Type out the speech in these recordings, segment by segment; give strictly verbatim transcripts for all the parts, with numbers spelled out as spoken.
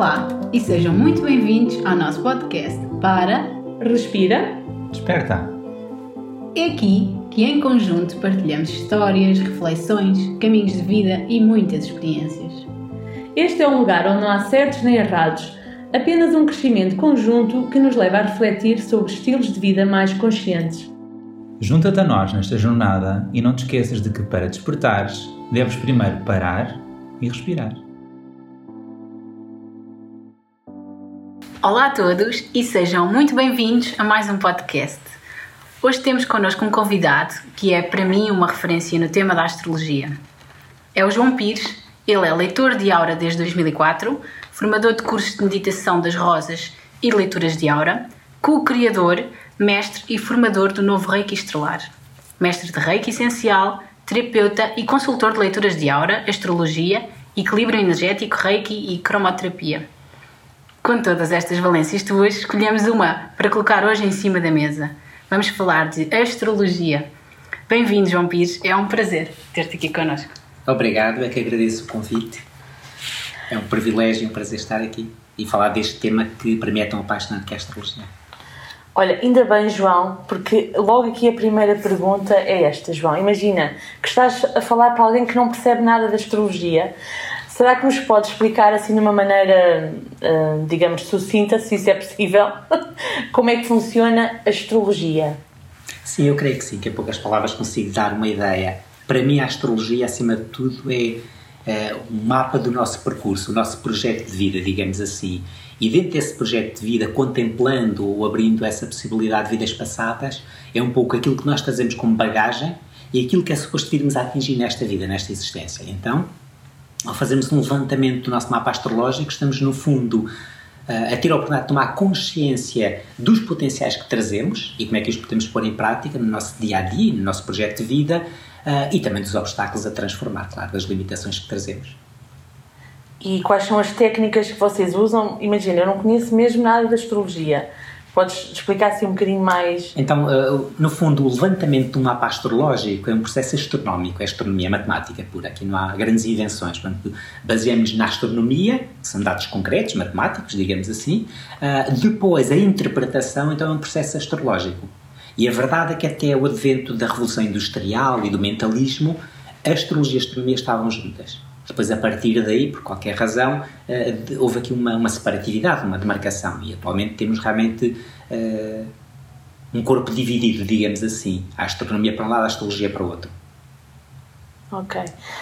Olá e sejam muito bem-vindos ao nosso podcast para Respira, Desperta. É aqui que em conjunto partilhamos histórias, reflexões, caminhos de vida e muitas experiências. Este é um lugar onde não há certos nem errados, apenas um crescimento conjunto que nos leva a refletir sobre estilos de vida mais conscientes. Junta-te a nós nesta jornada e não te esqueças de que para despertares, deves primeiro parar e respirar. Olá a todos e sejam muito bem-vindos a mais um podcast. Hoje temos connosco um convidado que é para mim uma referência no tema da astrologia. É o João Pires, ele é leitor de aura desde dois mil e quatro, formador de cursos de meditação das rosas e leituras de aura, co-criador, mestre e formador do novo Reiki Estelar, mestre de Reiki essencial, terapeuta e consultor de leituras de aura, astrologia, equilíbrio energético, Reiki e cromoterapia. Com todas estas valências tuas, escolhemos uma para colocar hoje em cima da mesa. Vamos falar de astrologia. Bem-vindo, João Pires. É um prazer ter-te aqui connosco. Obrigado, é que agradeço o convite. É um privilégio e um prazer estar aqui e falar deste tema que para mim é tão apaixonante que é a astrologia. Olha, ainda bem, João, porque logo aqui a primeira pergunta é esta, João. Imagina que estás a falar para alguém que não percebe nada da astrologia. Será que nos pode explicar assim de uma maneira, digamos, sucinta, se isso é possível, como é que funciona a astrologia? Sim, eu creio que sim, que em poucas palavras consigo dar uma ideia. Para mim a astrologia, acima de tudo, é, é um mapa do nosso percurso, o nosso projeto de vida, digamos assim. E dentro desse projeto de vida, contemplando ou abrindo essa possibilidade de vidas passadas, é um pouco aquilo que nós trazemos como bagagem e aquilo que é suposto virmos a atingir nesta vida, nesta existência. Então, ao fazermos um levantamento do nosso mapa astrológico, estamos, no fundo, a ter a oportunidade de tomar consciência dos potenciais que trazemos e como é que os podemos pôr em prática no nosso dia-a-dia, no nosso projeto de vida, e também dos obstáculos a transformar, claro, das limitações que trazemos. E quais são as técnicas que vocês usam? Imagina, eu não conheço mesmo nada da astrologia. Podes explicar assim um bocadinho mais? Então, no fundo, o levantamento de um mapa astrológico é um processo astronómico, é astronomia, é matemática pura. Aqui não há grandes invenções. Portanto, baseamos na astronomia, que são dados concretos, matemáticos, digamos assim. Depois, a interpretação, então, é um processo astrológico. E a verdade é que até o advento da Revolução Industrial e do mentalismo, a astrologia e a astronomia estavam juntas. Depois, a partir daí, por qualquer razão, uh, houve aqui uma, uma separatividade, uma demarcação. E atualmente temos realmente uh, um corpo dividido, digamos assim. A astronomia para um lado, a astrologia para o outro. Ok.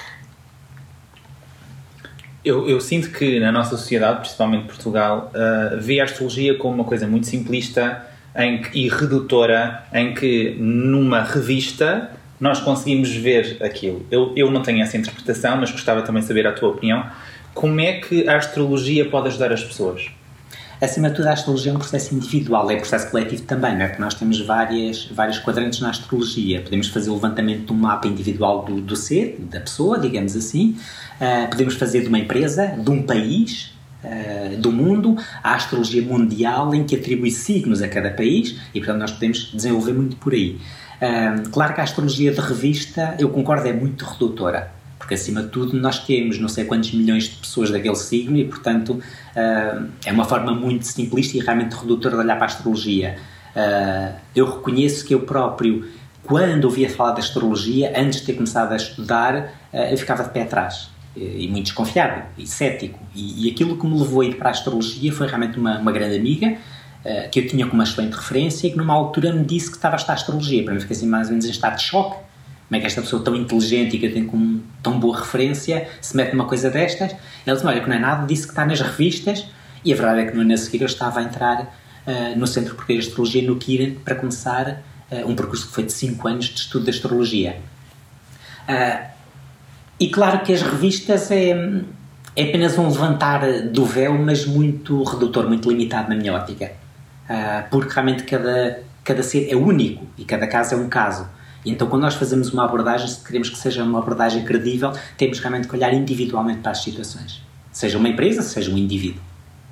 Eu, eu sinto que na nossa sociedade, principalmente Portugal, uh, vê a astrologia como uma coisa muito simplista em que, e redutora, em que numa revista nós conseguimos ver aquilo. Eu, eu não tenho essa interpretação, mas gostava também de saber a tua opinião. Como é que a astrologia pode ajudar as pessoas? Acima de tudo, a astrologia é um processo individual, é um processo coletivo também, não é? Porque nós temos várias, vários quadrantes na astrologia. Podemos fazer o levantamento de um mapa individual do, do ser, da pessoa, digamos assim. Uh, podemos fazer de uma empresa, de um país, uh, do mundo. Há a astrologia mundial, em que atribui signos a cada país e, portanto, nós podemos desenvolver muito por aí. Uh, claro que a astrologia de revista, eu concordo, é muito redutora, porque acima de tudo nós temos não sei quantos milhões de pessoas daquele signo e, portanto, uh, é uma forma muito simplista e realmente redutora de olhar para a astrologia. Uh, eu reconheço que eu próprio, quando ouvia falar da astrologia, antes de ter começado a estudar, uh, eu ficava de pé atrás e, e muito desconfiado e cético. E, e aquilo que me levou a ir para a astrologia foi realmente uma, uma grande amiga, Uh, que eu tinha como uma excelente referência e que numa altura me disse que estava a estudar astrologia. Para mim fiquei assim mais ou menos em estado de choque. Como é que esta pessoa tão inteligente e que eu tenho como tão boa referência se mete numa coisa destas? Ele disse, olha, que não é nada, disse que está nas revistas, e a verdade é que no ano a seguir eu estava a entrar uh, no Centro Português de Astrologia, no Kiran, para começar uh, um percurso que foi de cinco anos de estudo de astrologia. Uh, e claro que as revistas é, é apenas um levantar do véu, mas muito redutor, muito limitado na minha ótica. Uh, porque realmente cada, cada ser é único e cada caso é um caso. E então, quando nós fazemos uma abordagem, se queremos que seja uma abordagem credível, temos realmente que olhar individualmente para as situações. Seja uma empresa, seja um indivíduo.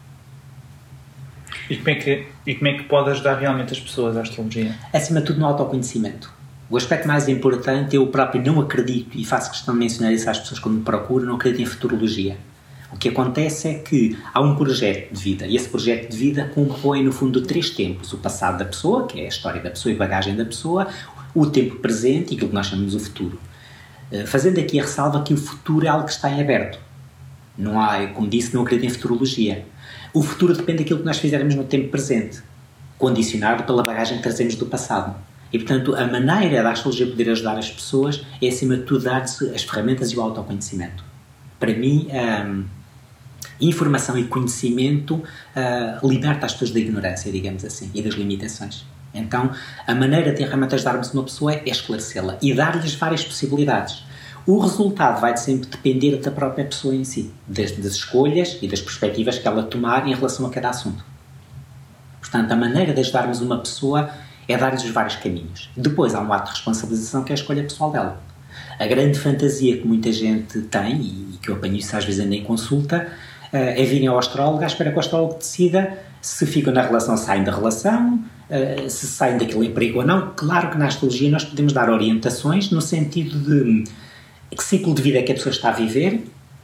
E como é que, e como é que pode ajudar realmente as pessoas a astrologia? Acima de tudo, no autoconhecimento. O aspecto mais importante, eu próprio não acredito, e faço questão de mencionar isso às pessoas quando me procuram, não acredito em futurologia. O que acontece é que há um projeto de vida, e esse projeto de vida compõe, no fundo, três tempos. O passado da pessoa, que é a história da pessoa e bagagem da pessoa, o tempo presente e aquilo que nós chamamos o futuro. Fazendo aqui a ressalva que o futuro é algo que está em aberto. Não há, como disse, não acredito em futurologia. O futuro depende daquilo que nós fizermos no tempo presente, condicionado pela bagagem que trazemos do passado. E, portanto, a maneira da astrologia poder ajudar as pessoas é, acima de tudo, dar-lhes as ferramentas e o autoconhecimento. Para mim, hum, informação e conhecimento uh, liberta as pessoas da ignorância, digamos assim, e das limitações. Então, a maneira de realmente ajudarmos uma pessoa é esclarecê-la e dar-lhes várias possibilidades. O resultado vai sempre depender da própria pessoa em si, das, das escolhas e das perspectivas que ela tomar em relação a cada assunto. Portanto, a maneira de ajudarmos uma pessoa é dar-lhes os vários caminhos. Depois há um ato de responsabilização que é a escolha pessoal dela. A grande fantasia que muita gente tem, e que eu apanho isso às vezes ainda em consulta, é virem ao astrólogo à espera que o astrólogo decida se ficam na relação, saem da relação, se saem daquele emprego ou não. Claro que na astrologia nós podemos dar orientações no sentido de que ciclo de vida é que a pessoa está a viver,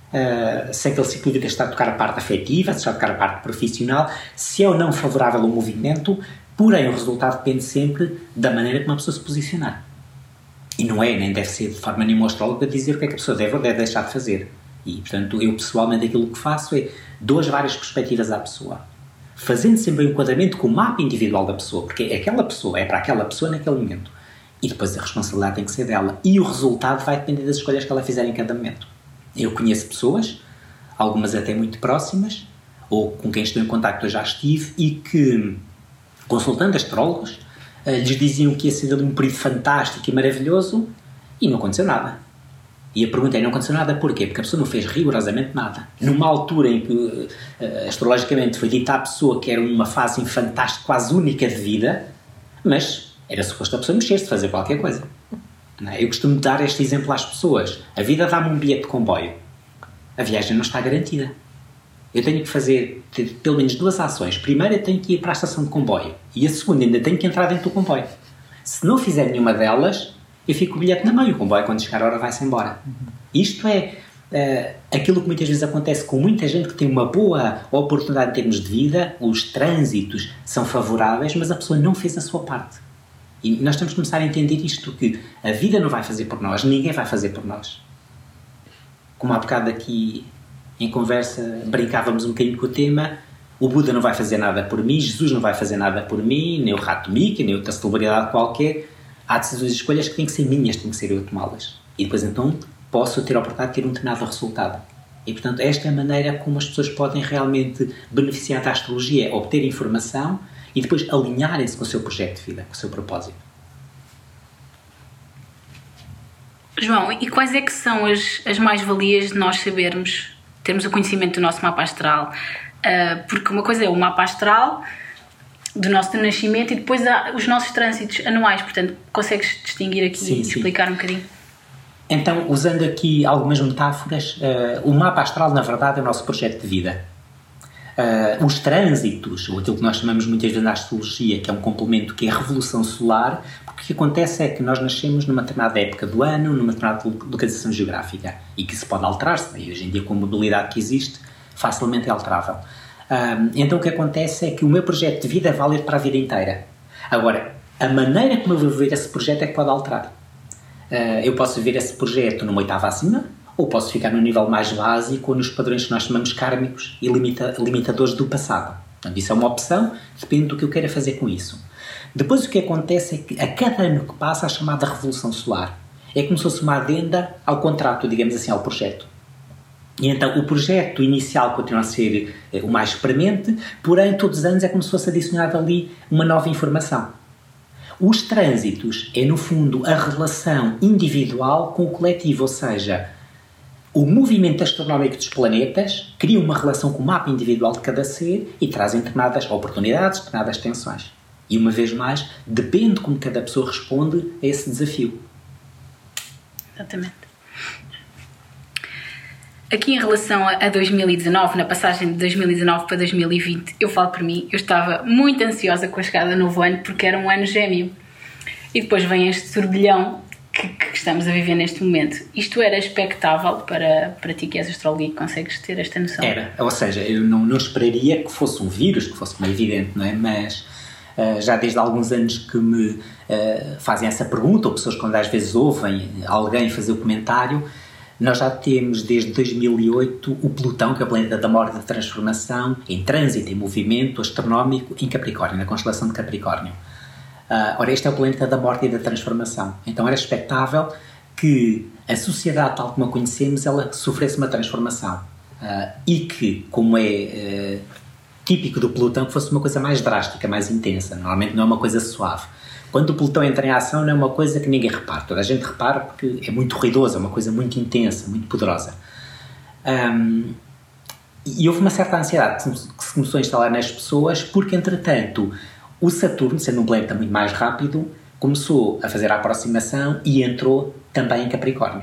se aquele ciclo de vida está a tocar a parte afetiva, se está a tocar a parte profissional, se é ou não favorável ao movimento, porém o resultado depende sempre da maneira como a pessoa se posicionar. E não é, nem deve ser de forma nenhuma astrólogo a dizer o que é que a pessoa deve ou deve deixar de fazer. E, portanto, eu pessoalmente aquilo que faço é dou as várias perspectivas à pessoa, fazendo sempre um enquadramento com o mapa individual da pessoa, porque aquela pessoa é para aquela pessoa naquele momento. E depois a responsabilidade tem que ser dela. E o resultado vai depender das escolhas que ela fizer em cada momento. Eu conheço pessoas, algumas até muito próximas, ou com quem estou em contacto eu já estive, e que, consultando astrólogos, lhes diziam que ia ser um período fantástico e maravilhoso, e não aconteceu nada. E a pergunta é, não aconteceu nada porquê? Porque a pessoa não fez rigorosamente nada. Numa altura em que, uh, astrologicamente, foi dita à pessoa que era uma fase fantástica, quase única de vida, mas era suposto a pessoa mexer-se, fazer qualquer coisa. Não é? Eu costumo dar este exemplo às pessoas. A vida dá-me um bilhete de comboio. A viagem não está garantida. Eu tenho que fazer ter, pelo menos duas ações. Primeiro, eu tenho que ir para a estação de comboio. E a segunda, ainda tenho que entrar dentro do comboio. Se não fizer nenhuma delas, eu fico com o bilhete na mão e o comboio, quando chegar a hora, vai-se embora. Uhum. Isto é uh, aquilo que muitas vezes acontece com muita gente que tem uma boa oportunidade em termos de vida, os trânsitos são favoráveis, mas a pessoa não fez a sua parte. E nós temos que começar a entender isto, que a vida não vai fazer por nós, ninguém vai fazer por nós. Como há bocado aqui em conversa brincávamos um bocadinho com o tema, o Buda não vai fazer nada por mim, Jesus não vai fazer nada por mim, nem o Rato Mickey, nem outra celebridade qualquer. Há decisões e escolhas que têm que ser minhas, têm que ser eu a tomá-las. E depois então posso ter a oportunidade de ter um determinado resultado. E portanto esta é a maneira como as pessoas podem realmente beneficiar da astrologia, obter informação e depois alinharem-se com o seu projeto de vida, com o seu propósito. João, e quais é que são as, as mais-valias de nós sabermos, termos o conhecimento do nosso mapa astral? Uh, porque uma coisa é o mapa astral do nosso nascimento e depois há os nossos trânsitos anuais, portanto, consegues distinguir aqui sim, e sim. explicar um bocadinho? Então, usando aqui algumas metáforas, uh, o mapa astral, na verdade, é o nosso projeto de vida. Uh, os trânsitos, ou aquilo que nós chamamos muitas vezes na astrologia, que é um complemento, que é a revolução solar, porque o que acontece é que nós nascemos numa determinada época do ano, numa determinada localização geográfica, e que se pode alterar-se, e hoje em dia com a mobilidade que existe, facilmente é alterável. Uh, então o que acontece é que o meu projeto de vida é válido para a vida inteira. Agora, a maneira como eu vou viver esse projeto é que pode alterar. Uh, eu posso viver esse projeto numa oitava acima, ou posso ficar no nível mais básico ou nos padrões que nós chamamos kármicos e limita, limitadores do passado. Portanto, isso é uma opção, depende do que eu queira fazer com isso. Depois o que acontece é que a cada ano que passa a chamada Revolução Solar é como se fosse uma adenda ao contrato, digamos assim, ao projeto. E então o projeto inicial continua a ser eh, o mais premente, porém todos os anos é como se fosse adicionada ali uma nova informação. Os trânsitos é no fundo a relação individual com o coletivo, ou seja, o movimento astronómico dos planetas cria uma relação com o mapa individual de cada ser e trazem determinadas oportunidades, determinadas tensões. E uma vez mais, depende como cada pessoa responde a esse desafio. Exatamente. Aqui em relação a dois mil e dezanove, na passagem de dois mil e dezanove para dois mil e vinte, eu falo por mim, eu estava muito ansiosa com a chegada do novo ano porque era um ano gêmeo. E depois vem este turbilhão que, que estamos a viver neste momento. Isto era expectável para, para ti que és astrólogo e consegues ter esta noção? Era, ou seja, eu não, não esperaria que fosse um vírus, que fosse como é evidente, não é? Mas uh, já desde há alguns anos que me uh, fazem essa pergunta, ou pessoas quando às vezes ouvem alguém fazer o comentário, nós já temos desde dois mil e oito o Plutão, que é o planeta da morte e da transformação, em trânsito, em movimento astronómico em Capricórnio, na constelação de Capricórnio. Uh, ora, este é o planeta da morte e da transformação. Então era expectável que a sociedade tal como a conhecemos, ela sofresse uma transformação. Uh, e que, como é uh, típico do Plutão, que fosse uma coisa mais drástica, mais intensa. Normalmente não é uma coisa suave. Quando o Plutão entra em ação, não é uma coisa que ninguém repara. Toda a gente repara porque é muito ruidosa, é uma coisa muito intensa, muito poderosa. Um, e houve uma certa ansiedade que se começou a instalar nas pessoas, porque, entretanto, o Saturno, sendo um planeta muito mais rápido, começou a fazer a aproximação e entrou também em Capricórnio.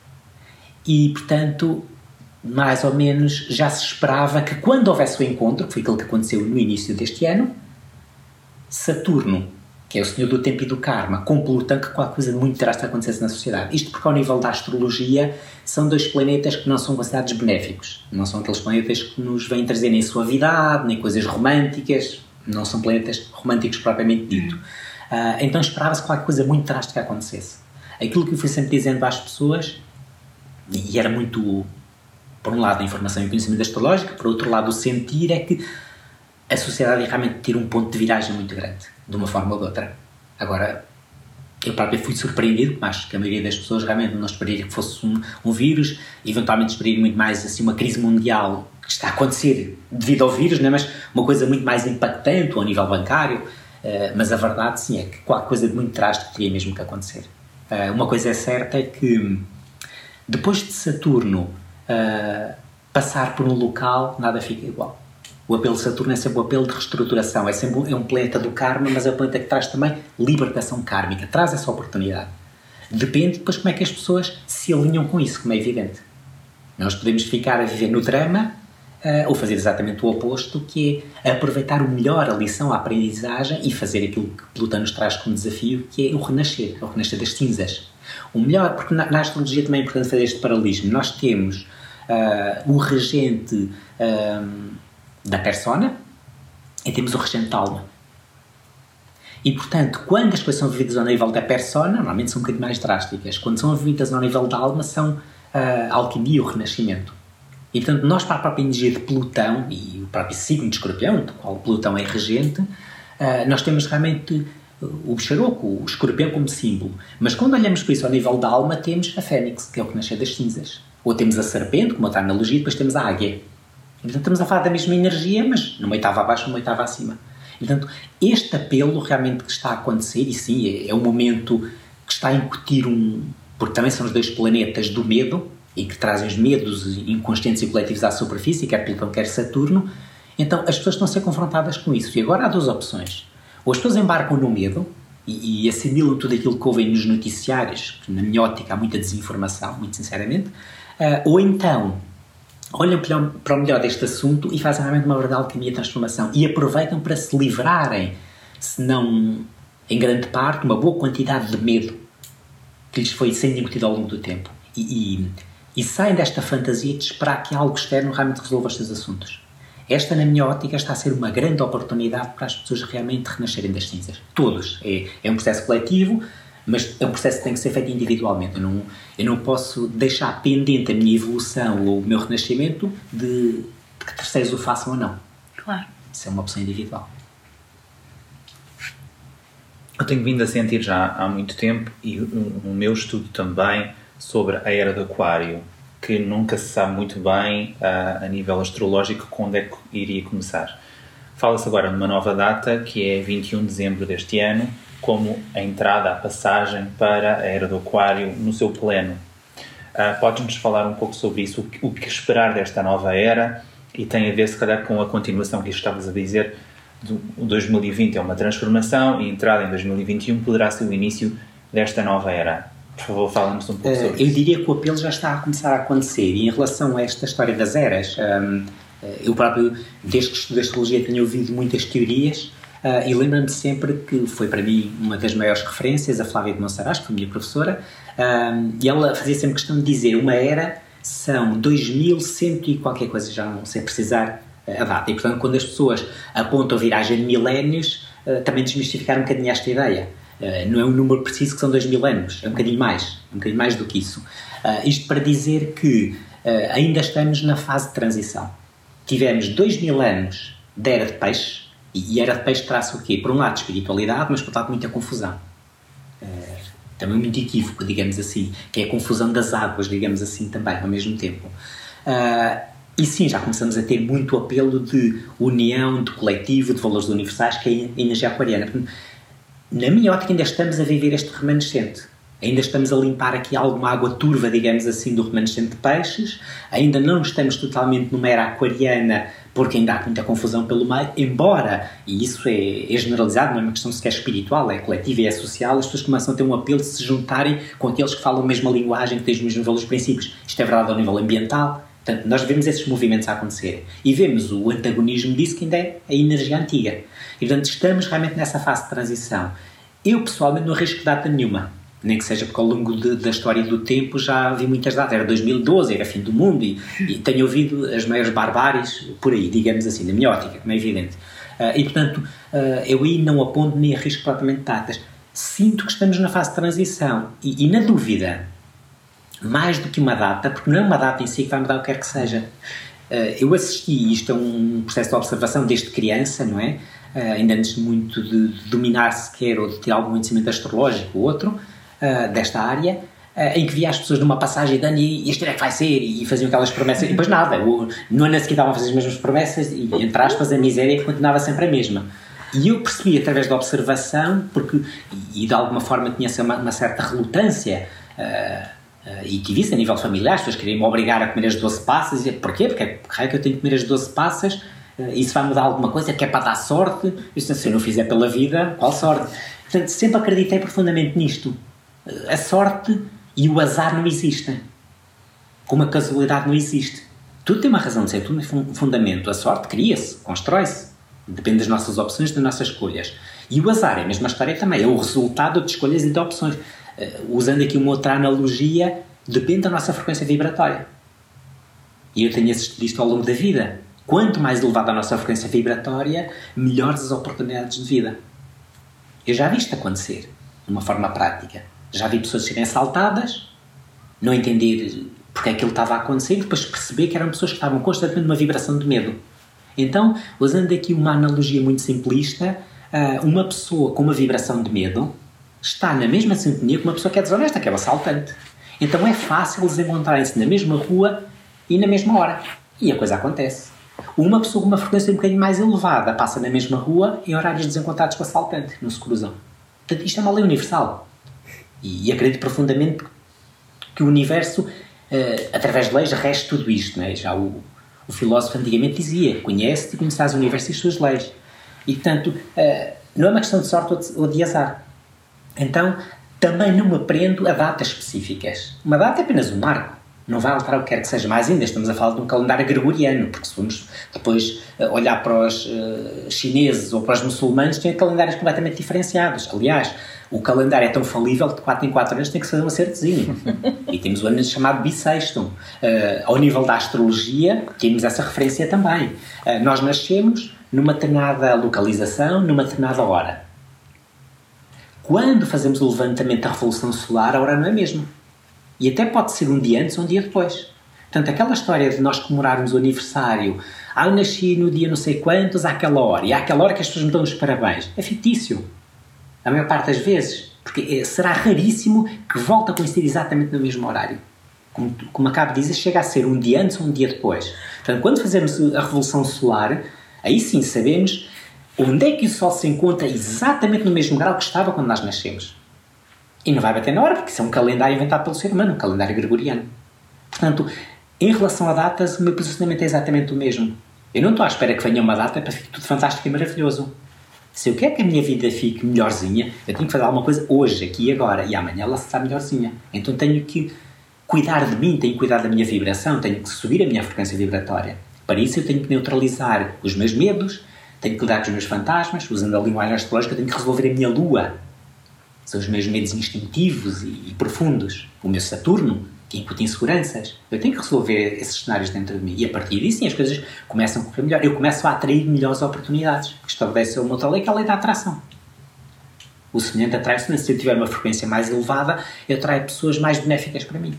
E, portanto, mais ou menos já se esperava que quando houvesse o encontro, que foi aquilo que aconteceu no início deste ano, Saturno, que é o senhor do tempo e do karma, com Plutão, que qualquer coisa muito drástica acontecesse na sociedade. Isto porque, ao nível da astrologia, são dois planetas que não são considerados benéficos. Não são aqueles planetas que nos vêm trazer nem suavidade, nem coisas românticas. Não são planetas românticos propriamente dito. Uh, então esperava-se que qualquer coisa muito drástica acontecesse. Aquilo que eu fui sempre dizendo às pessoas, e era muito, por um lado, a informação e o conhecimento astrológico, por outro lado, o sentir, é que a sociedade ia realmente ter um ponto de viragem muito grande, de uma forma ou de outra. Agora, eu próprio fui surpreendido, porque acho que a maioria das pessoas realmente não esperaria que fosse um, um vírus, eventualmente esperaria muito mais assim, uma crise mundial que está a acontecer devido ao vírus, não é? Mas uma coisa muito mais impactante ao nível bancário, uh, mas a verdade sim é que qualquer coisa de muito drástico teria mesmo que acontecer. Uh, uma coisa é certa é que depois de Saturno uh, passar por um local, nada fica igual. O apelo de Saturno é sempre o apelo de reestruturação, é sempre é um planeta do karma, mas é um planeta que traz também libertação kármica, traz essa oportunidade. Depende depois como é que as pessoas se alinham com isso, como é evidente. Nós podemos ficar a viver no drama, uh, ou fazer exatamente o oposto, que é aproveitar o melhor a lição, a aprendizagem e fazer aquilo que Plutão nos traz como desafio, que é o renascer, o renascer das cinzas. O melhor, porque na, na astrologia também é importante fazer este paralelismo. Nós temos uh, o regente uh, da persona e temos o regente da alma. E, portanto, quando as coisas são vividas ao nível da persona, normalmente são um bocadinho mais drásticas. Quando são vividas ao nível da alma, são a alquimia e o renascimento. E, portanto, nós, para a própria energia de Plutão e o próprio signo de Escorpião, do qual Plutão é regente, nós temos realmente o bicharoco, o escorpião como símbolo. Mas quando olhamos para isso ao nível da alma, temos a fênix, que é o que nasce das cinzas. Ou temos a serpente, como outra analogia, e depois temos a águia. E, portanto, estamos a falar da mesma energia, mas numa oitava abaixo, numa oitava acima. E, portanto, este apelo realmente que está a acontecer, e sim, é, é um momento que está a incutir um... Porque também são os dois planetas do medo, e que trazem os medos inconscientes e coletivos à superfície, quer Plutão, quer Saturno. Então, as pessoas estão a ser confrontadas com isso. E agora há duas opções. Ou as pessoas embarcam no medo e, e assimilam tudo aquilo que ouvem nos noticiários, que na minha ótica há muita desinformação, muito sinceramente, uh, ou então olham para o melhor deste assunto e fazem realmente uma verdade alquimia e transformação e aproveitam para se livrarem, se não em grande parte, uma boa quantidade de medo que lhes foi sendo incutido ao longo do tempo. E, e, e saem desta fantasia de esperar que algo externo realmente resolva estes assuntos. Esta, na minha ótica, está a ser uma grande oportunidade para as pessoas realmente renascerem das cinzas. Todos. É, é um processo coletivo, mas é um processo que tem que ser feito individualmente. Eu não, eu não posso deixar pendente a minha evolução ou o meu renascimento de, de que terceiros o façam ou não. Claro. Isso é uma opção individual. Eu tenho vindo a sentir já há muito tempo, e o, o meu estudo também, sobre a Era do Aquário, que nunca se sabe muito bem uh, a nível astrológico quando é que iria começar. Fala-se agora de uma nova data, que é vinte e um de dezembro deste ano, como a entrada, a passagem para a Era do Aquário no seu pleno. Uh, Podes-nos falar um pouco sobre isso, o que, o que esperar desta nova era, e tem a ver, se calhar, com a continuação que estavas a dizer, do dois mil e vinte é uma transformação e a entrada em dois mil e vinte e um poderá ser o início desta nova era. Por favor, fala-nos um pouco sobre uh, isso. Eu diria que o apelo já está a começar a acontecer, e em relação a esta história das eras, um, eu próprio, desde que estudo astrologia, tenho ouvido muitas teorias, uh, e lembro-me sempre que foi para mim uma das maiores referências, a Flávia de Monsaraz, que foi minha professora, Um, e ela fazia sempre questão de dizer, uma era são dois mil cento e qualquer coisa, já não sei precisar a data. E, portanto, quando as pessoas apontam a viragem de milénios, uh, também desmistificar um bocadinho esta ideia. Uh, não é um número preciso que são dois mil anos, é um bocadinho mais, um bocadinho mais do que isso. Uh, isto para dizer que uh, ainda estamos na fase de transição. Tivemos dois mil anos de era de peixe, e era de peixe traça o quê? Por um lado, espiritualidade, mas por outro lado, muita confusão. Uh, também muito equívoco, digamos assim, que é a confusão das águas, digamos assim, também, ao mesmo tempo. Uh, e sim, já começamos a ter muito apelo de união, de coletivo, de valores universais, que é a energia aquariana. Na minha ótica, ainda estamos a viver este remanescente. Ainda estamos a limpar aqui alguma água turva, digamos assim, do remanescente de peixes. Ainda não estamos totalmente numa era aquariana, porque ainda há muita confusão pelo meio, embora, e isso é, é generalizado, não é uma questão sequer espiritual, é coletiva e é social, as pessoas começam a ter um apelo de se juntarem com aqueles que falam a mesma linguagem, que têm os mesmos valores e princípios. Isto é verdade ao nível ambiental. Portanto, nós vemos esses movimentos a acontecer. E vemos o antagonismo disso, que ainda é a energia antiga. E, portanto, estamos realmente nessa fase de transição. Eu, pessoalmente, não arrisco data nenhuma. Nem que seja porque ao longo de, da história do tempo já vi muitas datas. Era dois mil e doze, era fim do mundo, e, e tenho ouvido as maiores barbáries por aí, digamos assim, na minha ótica, como é evidente. Uh, e, portanto, uh, eu aí não aponto nem arrisco propriamente datas. Sinto que estamos na fase de transição. E, e na dúvida, mais do que uma data, porque não é uma data em si que vai mudar o que quer que seja. Uh, eu assisti, isto é um processo de observação desde criança, não é? Uh, ainda antes muito de, de dominar sequer ou de ter algum conhecimento astrológico ou outro, uh, desta área, uh, em que via as pessoas numa passagem de ano e este ano é que vai ser, e faziam aquelas promessas, e depois nada, o, no ano a seguir estavam a fazer as mesmas promessas e, entre aspas, a miséria continuava sempre a mesma. E eu percebi através da observação, porque, e, e de alguma forma tinha uma, uma certa relutância, uh, Uh, e tive isso a nível familiar, as pessoas queriam me obrigar a comer as doze passas, e dizer, porquê? Porque é, é que eu tenho que comer as doze passas, uh, isso vai mudar alguma coisa, que é para dar sorte. Eu disse, se eu não fizer pela vida, qual sorte? Portanto, sempre acreditei profundamente nisto. Uh, a sorte e o azar não existem. Como a casualidade não existe. Tudo tem uma razão de ser, tudo tem um fundamento. A sorte cria-se, constrói-se, depende das nossas opções, das nossas escolhas. E o azar é a mesma história também, é o resultado de escolhas e de opções. Uh, usando aqui uma outra analogia, depende da nossa frequência vibratória. E eu tenho assistido isto ao longo da vida. Quanto mais elevada a nossa frequência vibratória, melhores as oportunidades de vida. Eu já vi isto acontecer, de uma forma prática. Já vi pessoas serem assaltadas, não entender porque é que aquilo estava a acontecer, e depois perceber que eram pessoas que estavam constantemente numa vibração de medo. Então, usando aqui uma analogia muito simplista, uh, uma pessoa com uma vibração de medo está na mesma sintonia que uma pessoa que é desonesta, que é o assaltante. Então é fácil eles encontrarem-se na mesma rua e na mesma hora. E a coisa acontece. Uma pessoa com uma frequência um bocadinho mais elevada passa na mesma rua em horários desencontrados com o assaltante, não se cruzam. Portanto, isto é uma lei universal. E acredito profundamente que o universo, uh, através de leis, rege tudo isto. Não é? Já o, o filósofo antigamente dizia, conhece-te e conhecerás o universo e as suas leis. E, portanto, uh, não é uma questão de sorte ou de, ou de azar. Então, também não me prendo a datas específicas. Uma data é apenas um marco. Não vai alterar o que quer que seja. Mais ainda, estamos a falar de um calendário gregoriano, porque se formos depois olhar para os uh, chineses ou para os muçulmanos, têm calendários completamente diferenciados. Aliás, o calendário é tão falível que de quatro em quatro anos tem que fazer um acertozinho. E temos o ano chamado bissexto. Uh, ao nível da astrologia, temos essa referência também. Uh, nós nascemos numa determinada localização, numa determinada hora. Quando fazemos o levantamento da Revolução Solar, a hora não é a mesma. E até pode ser um dia antes ou um dia depois. Portanto, aquela história de nós comemorarmos o aniversário, ah, eu nasci no dia não sei quantos, àquela hora, e àquela hora que as pessoas me dão os parabéns, é fictício. A maior parte das vezes. Porque será raríssimo que volte a coincidir exatamente no mesmo horário. Como, como acabo de dizer, chega a ser um dia antes ou um dia depois. Portanto, quando fazemos a Revolução Solar, aí sim sabemos onde é que o Sol se encontra exatamente no mesmo grau que estava quando nós nascemos. E não vai bater na hora, porque isso é um calendário inventado pelo ser humano, um calendário gregoriano. Portanto, em relação a datas, o meu posicionamento é exatamente o mesmo. Eu não estou à espera que venha uma data para ficar tudo fantástico e maravilhoso. Se eu quero que a minha vida fique melhorzinha, eu tenho que fazer alguma coisa hoje, aqui e agora, e amanhã ela será melhorzinha. Então tenho que cuidar de mim, tenho que cuidar da minha vibração, tenho que subir a minha frequência vibratória. Para isso eu tenho que neutralizar os meus medos, tenho que lidar com os meus fantasmas, usando a linguagem astrológica, tenho que resolver a minha lua. São os meus medos instintivos e, e profundos. O meu Saturno, que incuta inseguranças. Eu tenho que resolver esses cenários dentro de mim. E a partir disso, sim, as coisas começam a correr melhor. Eu começo a atrair melhores oportunidades. Isto obedece ao meu tal lei, que é a lei da atração. O semelhante atrai-se, se eu tiver uma frequência mais elevada, eu atraio pessoas mais benéficas para mim.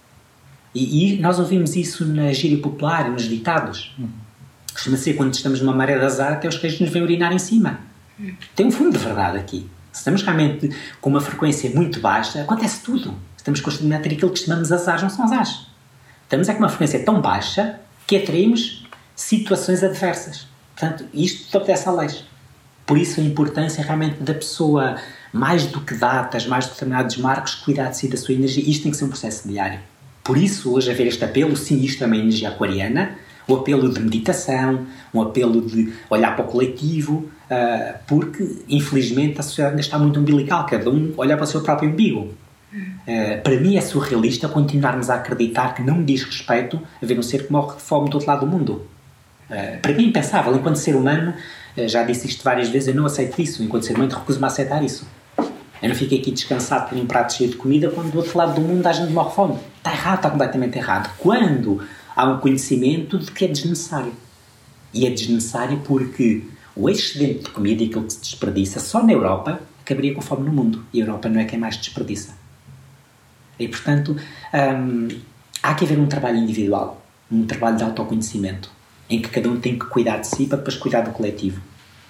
E, e nós ouvimos isso na gíria popular, nos ditados. Hum. Costuma ser quando estamos numa maré de azar, até os queijos nos vêm urinar em cima. Hum. Tem um fundo de verdade aqui. Se estamos realmente com uma frequência muito baixa, acontece tudo. Estamos constantemente a ter aquilo que chamamos azares, não são azares. Estamos é com uma frequência tão baixa que atraímos situações adversas. Portanto, isto obedece à lei. Por isso a importância realmente da pessoa, mais do que datas, mais do que determinados marcos, cuidar de si, da sua energia. Isto tem que ser um processo diário. Por isso, hoje, haver este apelo, sim, isto é uma energia aquariana, o apelo de meditação, um apelo de olhar para o coletivo, uh, porque, infelizmente, a sociedade ainda está muito umbilical, cada um olha para o seu próprio umbigo. Uh, para mim é surrealista continuarmos a acreditar que não me diz respeito a ver um ser que morre de fome do outro lado do mundo. Uh, para mim é impensável. Enquanto ser humano, uh, já disse isto várias vezes, eu não aceito isso. Enquanto ser humano, recuso-me a aceitar isso. Eu não fico aqui descansado por um prato cheio de comida quando do outro lado do mundo a gente morre de fome. Está errado, está completamente errado. Quando há um conhecimento de que é desnecessário. E é desnecessário porque o excedente de comida e aquilo que se desperdiça só na Europa acabaria com fome no mundo. E a Europa não é quem mais desperdiça. E, portanto, hum, há que haver um trabalho individual, um trabalho de autoconhecimento, em que cada um tem que cuidar de si para depois cuidar do coletivo.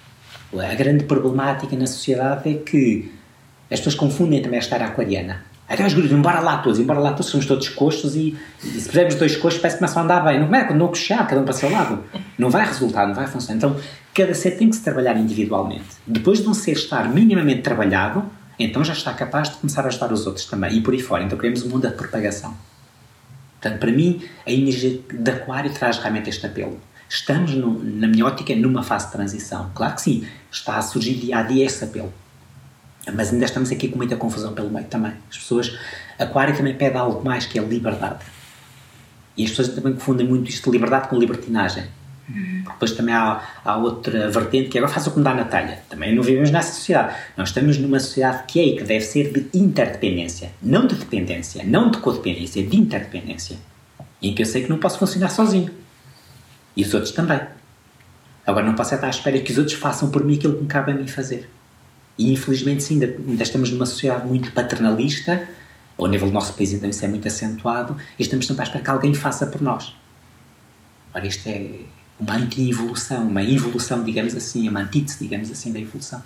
A grande problemática na sociedade é que as pessoas confundem também a estar aquariana. Até os gurus, embora lá todos, embora lá todos somos todos coxos e, e se pusermos dois coxos parece que começam a andar bem. Não é? Quando não coxear, cada um para o seu lado. Não vai resultar, não vai funcionar. Então, cada ser tem que se trabalhar individualmente. Depois de um ser estar minimamente trabalhado, então já está capaz de começar a ajudar os outros também. E por aí fora. Então queremos um mundo da propagação. Portanto, para mim, a energia de Aquário traz realmente este apelo. Estamos, no, na minha ótica, numa fase de transição. Claro que sim, está a surgir dia a dia esse apelo. Mas ainda estamos aqui com muita confusão pelo meio também. As pessoas... Aquário também pede algo mais, que é a liberdade. E as pessoas também confundem muito isto de liberdade com libertinagem. Uhum. Depois também há, há outra vertente que agora faz o que me dá na telha. Também não vivemos nessa sociedade. Nós estamos numa sociedade que é e que deve ser de interdependência. Não de dependência, não de codependência, de interdependência. Em que eu sei que não posso funcionar sozinho. E os outros também. Agora não posso estar à espera que os outros façam por mim aquilo que me cabe a mim fazer. E infelizmente sim, ainda, ainda estamos numa sociedade muito paternalista, ao nível do nosso país então isso é muito acentuado, e estamos sempre à espera que alguém faça por nós. Ora, isto é uma anti-evolução, uma involução, digamos assim, uma antítese, digamos assim, da evolução.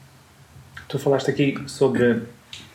Tu falaste aqui sobre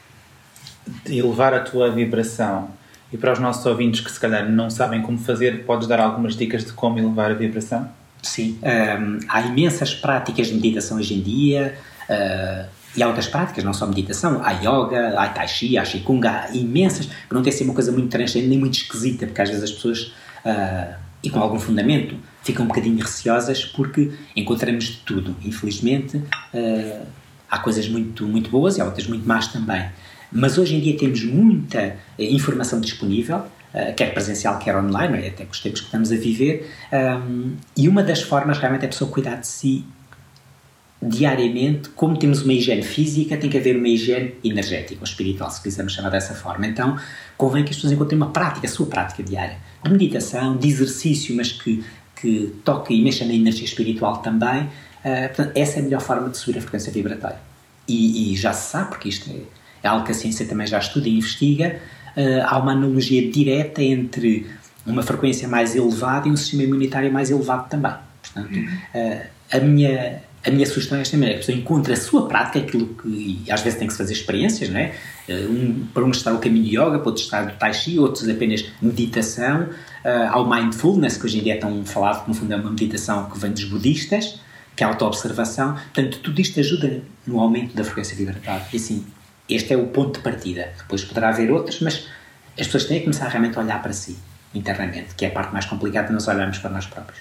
elevar a tua vibração, e para os nossos ouvintes que se calhar não sabem como fazer, podes dar algumas dicas de como elevar a vibração? Sim, um, há imensas práticas de meditação hoje em dia, Uh, e há outras práticas, não só meditação, há yoga, há tai chi, há qigong, há imensas, que não tem que ser uma coisa muito transcendente nem muito esquisita, porque às vezes as pessoas, uh, e com algum fundamento, ficam um bocadinho receosas porque encontramos de tudo. Infelizmente, uh, há coisas muito, muito boas e há outras muito más também. Mas hoje em dia temos muita uh, informação disponível, uh, quer presencial, quer online, até com os tempos que estamos a viver, um, e uma das formas realmente é a pessoa cuidar de si diariamente. Como temos uma higiene física, tem que haver uma higiene energética ou espiritual, se quisermos chamar dessa forma. Então, convém que as pessoas encontrem uma prática, a sua prática diária, de meditação, de exercício, mas que, que toque e mexa na energia espiritual também. Uh, portanto, essa é a melhor forma de subir a frequência vibratória. E, e já se sabe, porque isto é, é algo que a ciência também já estuda e investiga, uh, há uma analogia direta entre uma frequência mais elevada e um sistema imunitário mais elevado também. Portanto, uh, a minha... A minha sugestão é esta mesmo, a pessoa encontra a sua prática, aquilo que, e às vezes tem que se fazer experiências, não é? Um, para uns está o caminho de yoga, para outros está do tai chi, outros apenas meditação, uh, há o mindfulness, que hoje em dia é tão falado, que no fundo é uma meditação que vem dos budistas, que é a auto-observação. Portanto, tudo isto ajuda no aumento da frequência vibratória. E assim, este é o ponto de partida. Depois poderá haver outros, mas as pessoas têm que começar realmente a olhar para si, internamente, que é a parte mais complicada de nós olharmos para nós próprios.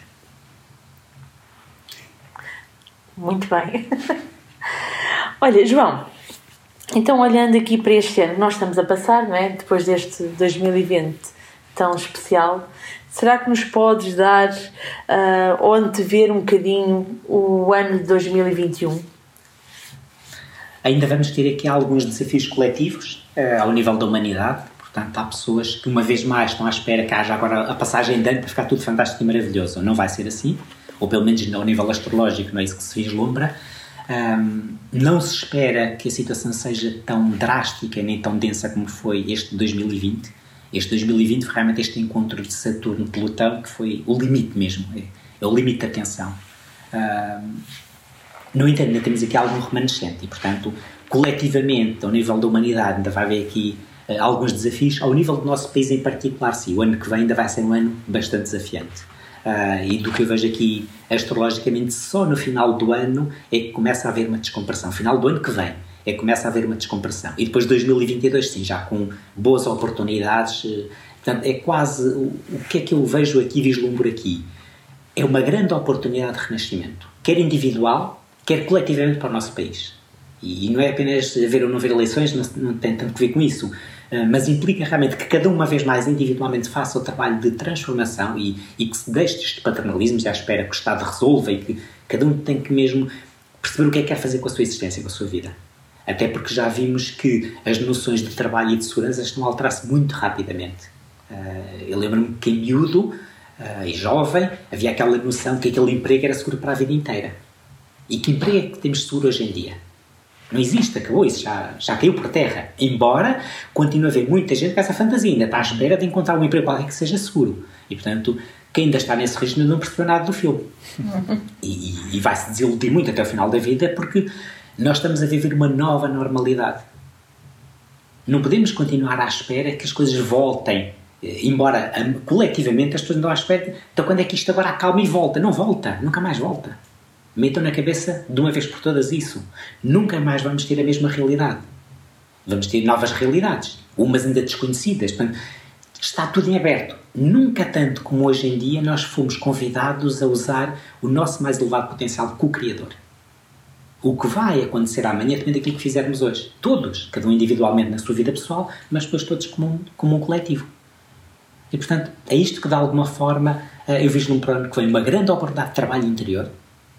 Muito bem. Olha, João, então olhando aqui para este ano que nós estamos a passar, não é? Depois deste dois mil e vinte tão especial, será que nos podes dar uh, ou antever um bocadinho o ano de dois mil e vinte e um? Ainda vamos ter aqui alguns desafios coletivos uh, ao nível da humanidade. Portanto, há pessoas que uma vez mais estão à espera que haja agora a passagem de ano para ficar tudo fantástico e maravilhoso. Não vai ser assim, ou pelo menos ao nível astrológico não é isso que se vislumbra. Um, não se espera que a situação seja tão drástica nem tão densa como foi este dois mil e vinte. Este dois mil e vinte foi realmente este encontro de Saturno-Plutão que foi o limite mesmo, é, é o limite da tensão. Um, no entanto, ainda temos aqui algum remanescente e, portanto, coletivamente, ao nível da humanidade, ainda vai haver aqui uh, alguns desafios. Ao nível do nosso país em particular, sim, o ano que vem ainda vai ser um ano bastante desafiante. Uh, e do que eu vejo aqui astrologicamente, só no final do ano é que começa a haver uma descompressão. Final do ano que vem é que começa a haver uma descompressão. E depois de dois mil e vinte e dois, sim, já com boas oportunidades. Uh, portanto, é quase... O, o que é que eu vejo aqui, vislumbro aqui? É uma grande oportunidade de renascimento. Quer individual, quer coletivamente para o nosso país. E, e não é apenas haver ou não haver eleições, não, não tem tanto a ver com isso. Uh, mas implica realmente que cada um, uma vez mais, individualmente faça o trabalho de transformação e, e que se deixe este paternalismo à espera que o Estado resolva e que cada um tem que mesmo perceber o que é que quer fazer com a sua existência, com a sua vida. Até porque já vimos que as noções de trabalho e de segurança estão a alterar-se muito rapidamente. Uh, eu lembro-me que em miúdo uh, e jovem havia aquela noção que aquele emprego era seguro para a vida inteira. E que emprego é que temos seguro hoje em dia? Não existe, acabou isso, já, já caiu por terra. Embora continue a haver muita gente com essa fantasia, ainda está à espera de encontrar um emprego qualquer que seja seguro. E, portanto, quem ainda está nesse registro não percebeu nada do filme. Uhum. E, e vai-se desiludir muito até o final da vida porque nós estamos a viver uma nova normalidade. Não podemos continuar à espera que as coisas voltem. Embora, coletivamente, as pessoas não estão à espera. Então, quando é que isto agora acalma e volta? Não volta, nunca mais volta. Metam na cabeça de uma vez por todas isso. Nunca mais vamos ter a mesma realidade. Vamos ter novas realidades, umas ainda desconhecidas. Portanto, está tudo em aberto. Nunca tanto como hoje em dia nós fomos convidados a usar o nosso mais elevado potencial co-criador. O que vai acontecer amanhã depende daquilo que fizermos hoje. Todos, cada um individualmente na sua vida pessoal, mas depois todos como um, como um coletivo. E, portanto, é isto que de alguma forma eu vejo num plano que vem uma grande oportunidade de trabalho interior.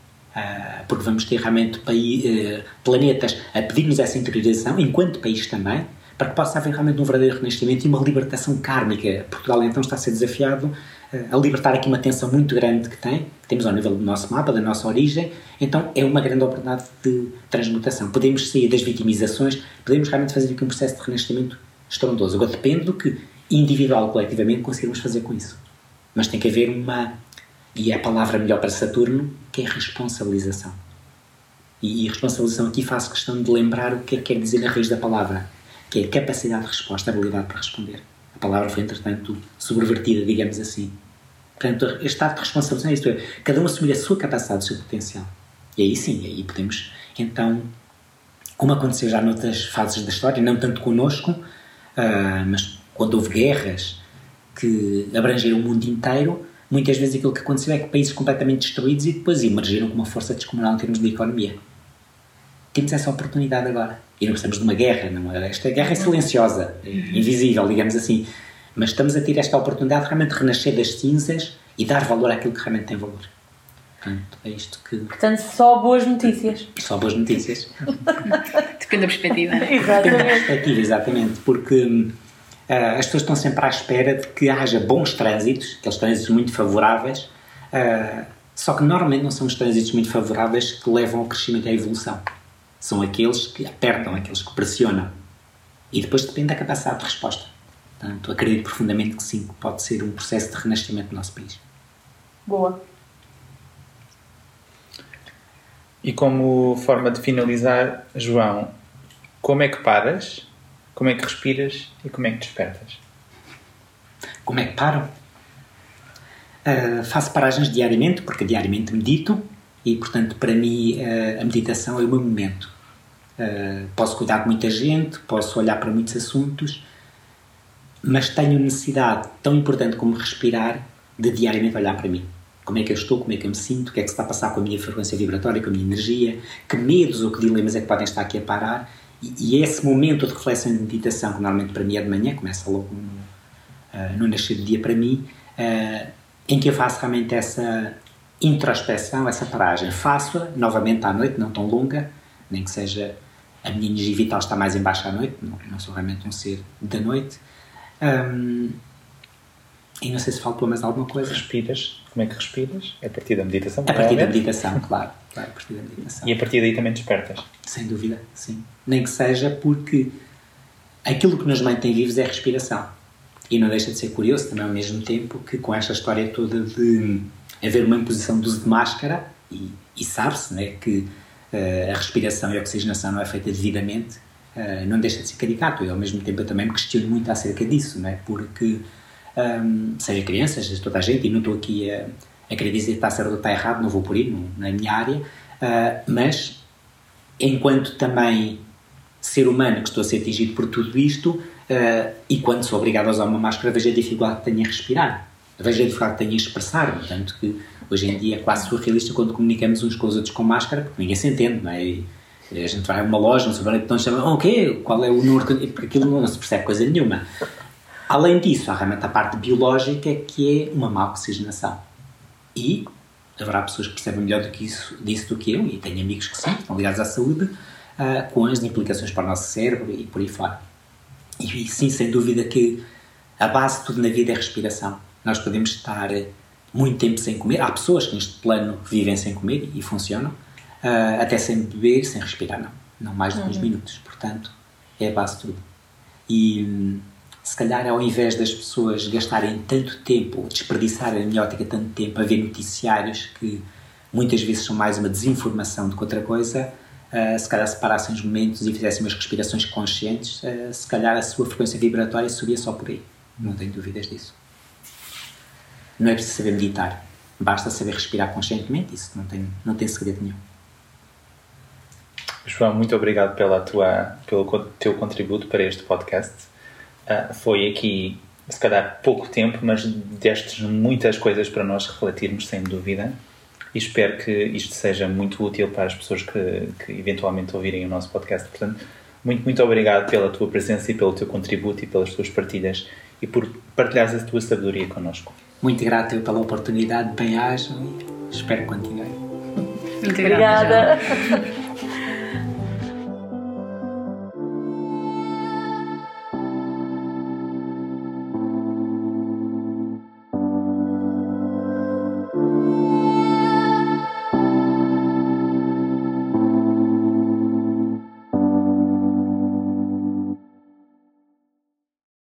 Uh, porque vamos ter realmente país, uh, planetas a pedir-nos essa interiorização, enquanto país também, para que possa haver realmente um verdadeiro renascimento e uma libertação kármica. Portugal então está a ser desafiado uh, a libertar aqui uma tensão muito grande que tem, que temos ao nível do nosso mapa, da nossa origem. Então é uma grande oportunidade de transmutação. Podemos sair das vitimizações, podemos realmente fazer aqui um processo de renascimento estrondoso. Agora depende do que individual ou coletivamente conseguirmos fazer com isso. Mas tem que haver uma... E é a palavra melhor para Saturno, que é responsabilização. E, e responsabilização aqui faço questão de lembrar o que é que quer dizer a raiz da palavra, que é a capacidade de resposta, a habilidade para responder. A palavra foi, entretanto, subvertida, digamos assim. Portanto, este estado de responsabilização é isto, é cada um assumir a sua capacidade, o seu potencial. E aí sim, aí podemos, então, como aconteceu já noutras fases da história, não tanto connosco, uh, mas quando houve guerras que abrangeram o mundo inteiro, muitas vezes aquilo que aconteceu é que países completamente destruídos e depois emergiram com uma força descomunal em termos de economia. Temos essa oportunidade agora. E não precisamos de uma guerra. Não é? Esta guerra é silenciosa, é invisível, digamos assim. Mas estamos a ter esta oportunidade de realmente renascer das cinzas e dar valor àquilo que realmente tem valor. Portanto, é isto que... Portanto, só boas notícias. Só boas notícias. Depende da perspectiva. Exatamente. Depende da perspectiva, exatamente. Porque... Uh, as pessoas estão sempre à espera de que haja bons trânsitos, aqueles trânsitos muito favoráveis, uh, só que normalmente não são os trânsitos muito favoráveis que levam ao crescimento e à evolução. São aqueles que apertam, aqueles que pressionam. E depois depende da capacidade de resposta. Portanto, acredito profundamente que sim, que pode ser um processo de renascimento do nosso país. Boa. E como forma de finalizar, João, como é que paras? Como é que respiras e como é que despertas? Como é que paro? Uh, faço paragens diariamente, porque diariamente medito e, portanto, para mim uh, a meditação é o meu momento. Uh, posso cuidar de muita gente, posso olhar para muitos assuntos, mas tenho necessidade, tão importante como respirar, de diariamente olhar para mim. Como é que eu estou, como é que eu me sinto, o que é que se está a passar com a minha frequência vibratória, com a minha energia, que medos ou que dilemas é que podem estar aqui a parar. E esse momento de reflexão e de meditação, que normalmente para mim é de manhã, começa logo no, uh, no nascer do dia para mim, uh, em que eu faço realmente essa introspeção, essa paragem. Faço-a novamente à noite, não tão longa, nem que seja a minha energia vital está mais em baixa à noite, não, não sou realmente um ser da noite. Um, e não sei se faltou mais alguma coisa. Respiras? Como é que respiras? É a partir da meditação? A partir da meditação, claro, claro, a partir da meditação. E a partir daí também despertas? Sem dúvida, sim. Nem que seja porque aquilo que nos mantém vivos é a respiração. E não deixa de ser curioso também ao mesmo tempo que com esta história toda de haver uma imposição de uso de máscara, e, e sabe-se, né, que uh, a respiração e a oxigenação não é feita devidamente, uh, não deixa de ser caricato. E ao mesmo tempo eu também me questiono muito acerca disso, né, porque um, seja crianças, seja toda a gente, e não estou aqui a, a querer dizer que está certo ou está errado, não vou por aí, não, na minha área, uh, mas enquanto também ser humano que estou a ser atingido por tudo isto, uh, e quando sou obrigado a usar uma máscara, vejo a dificuldade que tenho em respirar, vejo a dificuldade que tenho em expressar-me, tanto que hoje em dia é quase surrealista quando comunicamos uns com os outros com máscara, porque ninguém se entende, não é? E a gente vai a uma loja, não sei, então chama, oh, o quê? Qual é o número? Porque aquilo não se percebe coisa nenhuma. Além disso, há realmente a parte biológica, que é uma má oxigenação. E haverá pessoas que percebem melhor do que isso, disso do que eu, e tenho amigos que sim, que estão ligados à saúde, uh, com as implicações para o nosso cérebro e por aí fora. E, e sim, sem dúvida que a base de tudo na vida é a respiração. Nós podemos estar muito tempo sem comer. Há pessoas que neste plano vivem sem comer e funcionam, uh, até sem beber, sem respirar, não. Não mais de uns uhum. minutos. Portanto, é a base de tudo. E se calhar, ao invés das pessoas gastarem tanto tempo, desperdiçarem, na minha ótica, tanto tempo a ver noticiários que muitas vezes são mais uma desinformação do que outra coisa, uh, se calhar separassem os momentos e fizessem umas respirações conscientes, uh, se calhar a sua frequência vibratória subia só por aí. Não tenho dúvidas disso. Não é preciso saber meditar. Basta saber respirar conscientemente. Isso não tem, não tem segredo nenhum. João, muito obrigado pela tua, pelo teu contributo para este podcast. Uh, foi aqui, se calhar, pouco tempo, mas destes muitas coisas para nós refletirmos, sem dúvida. E espero que isto seja muito útil para as pessoas que, que eventualmente ouvirem o nosso podcast. Portanto, muito, muito obrigado pela tua presença e pelo teu contributo e pelas tuas partilhas e por partilhares a tua sabedoria connosco. Muito grato eu pela oportunidade, bem-ajam e espero que continuem. Muito obrigada.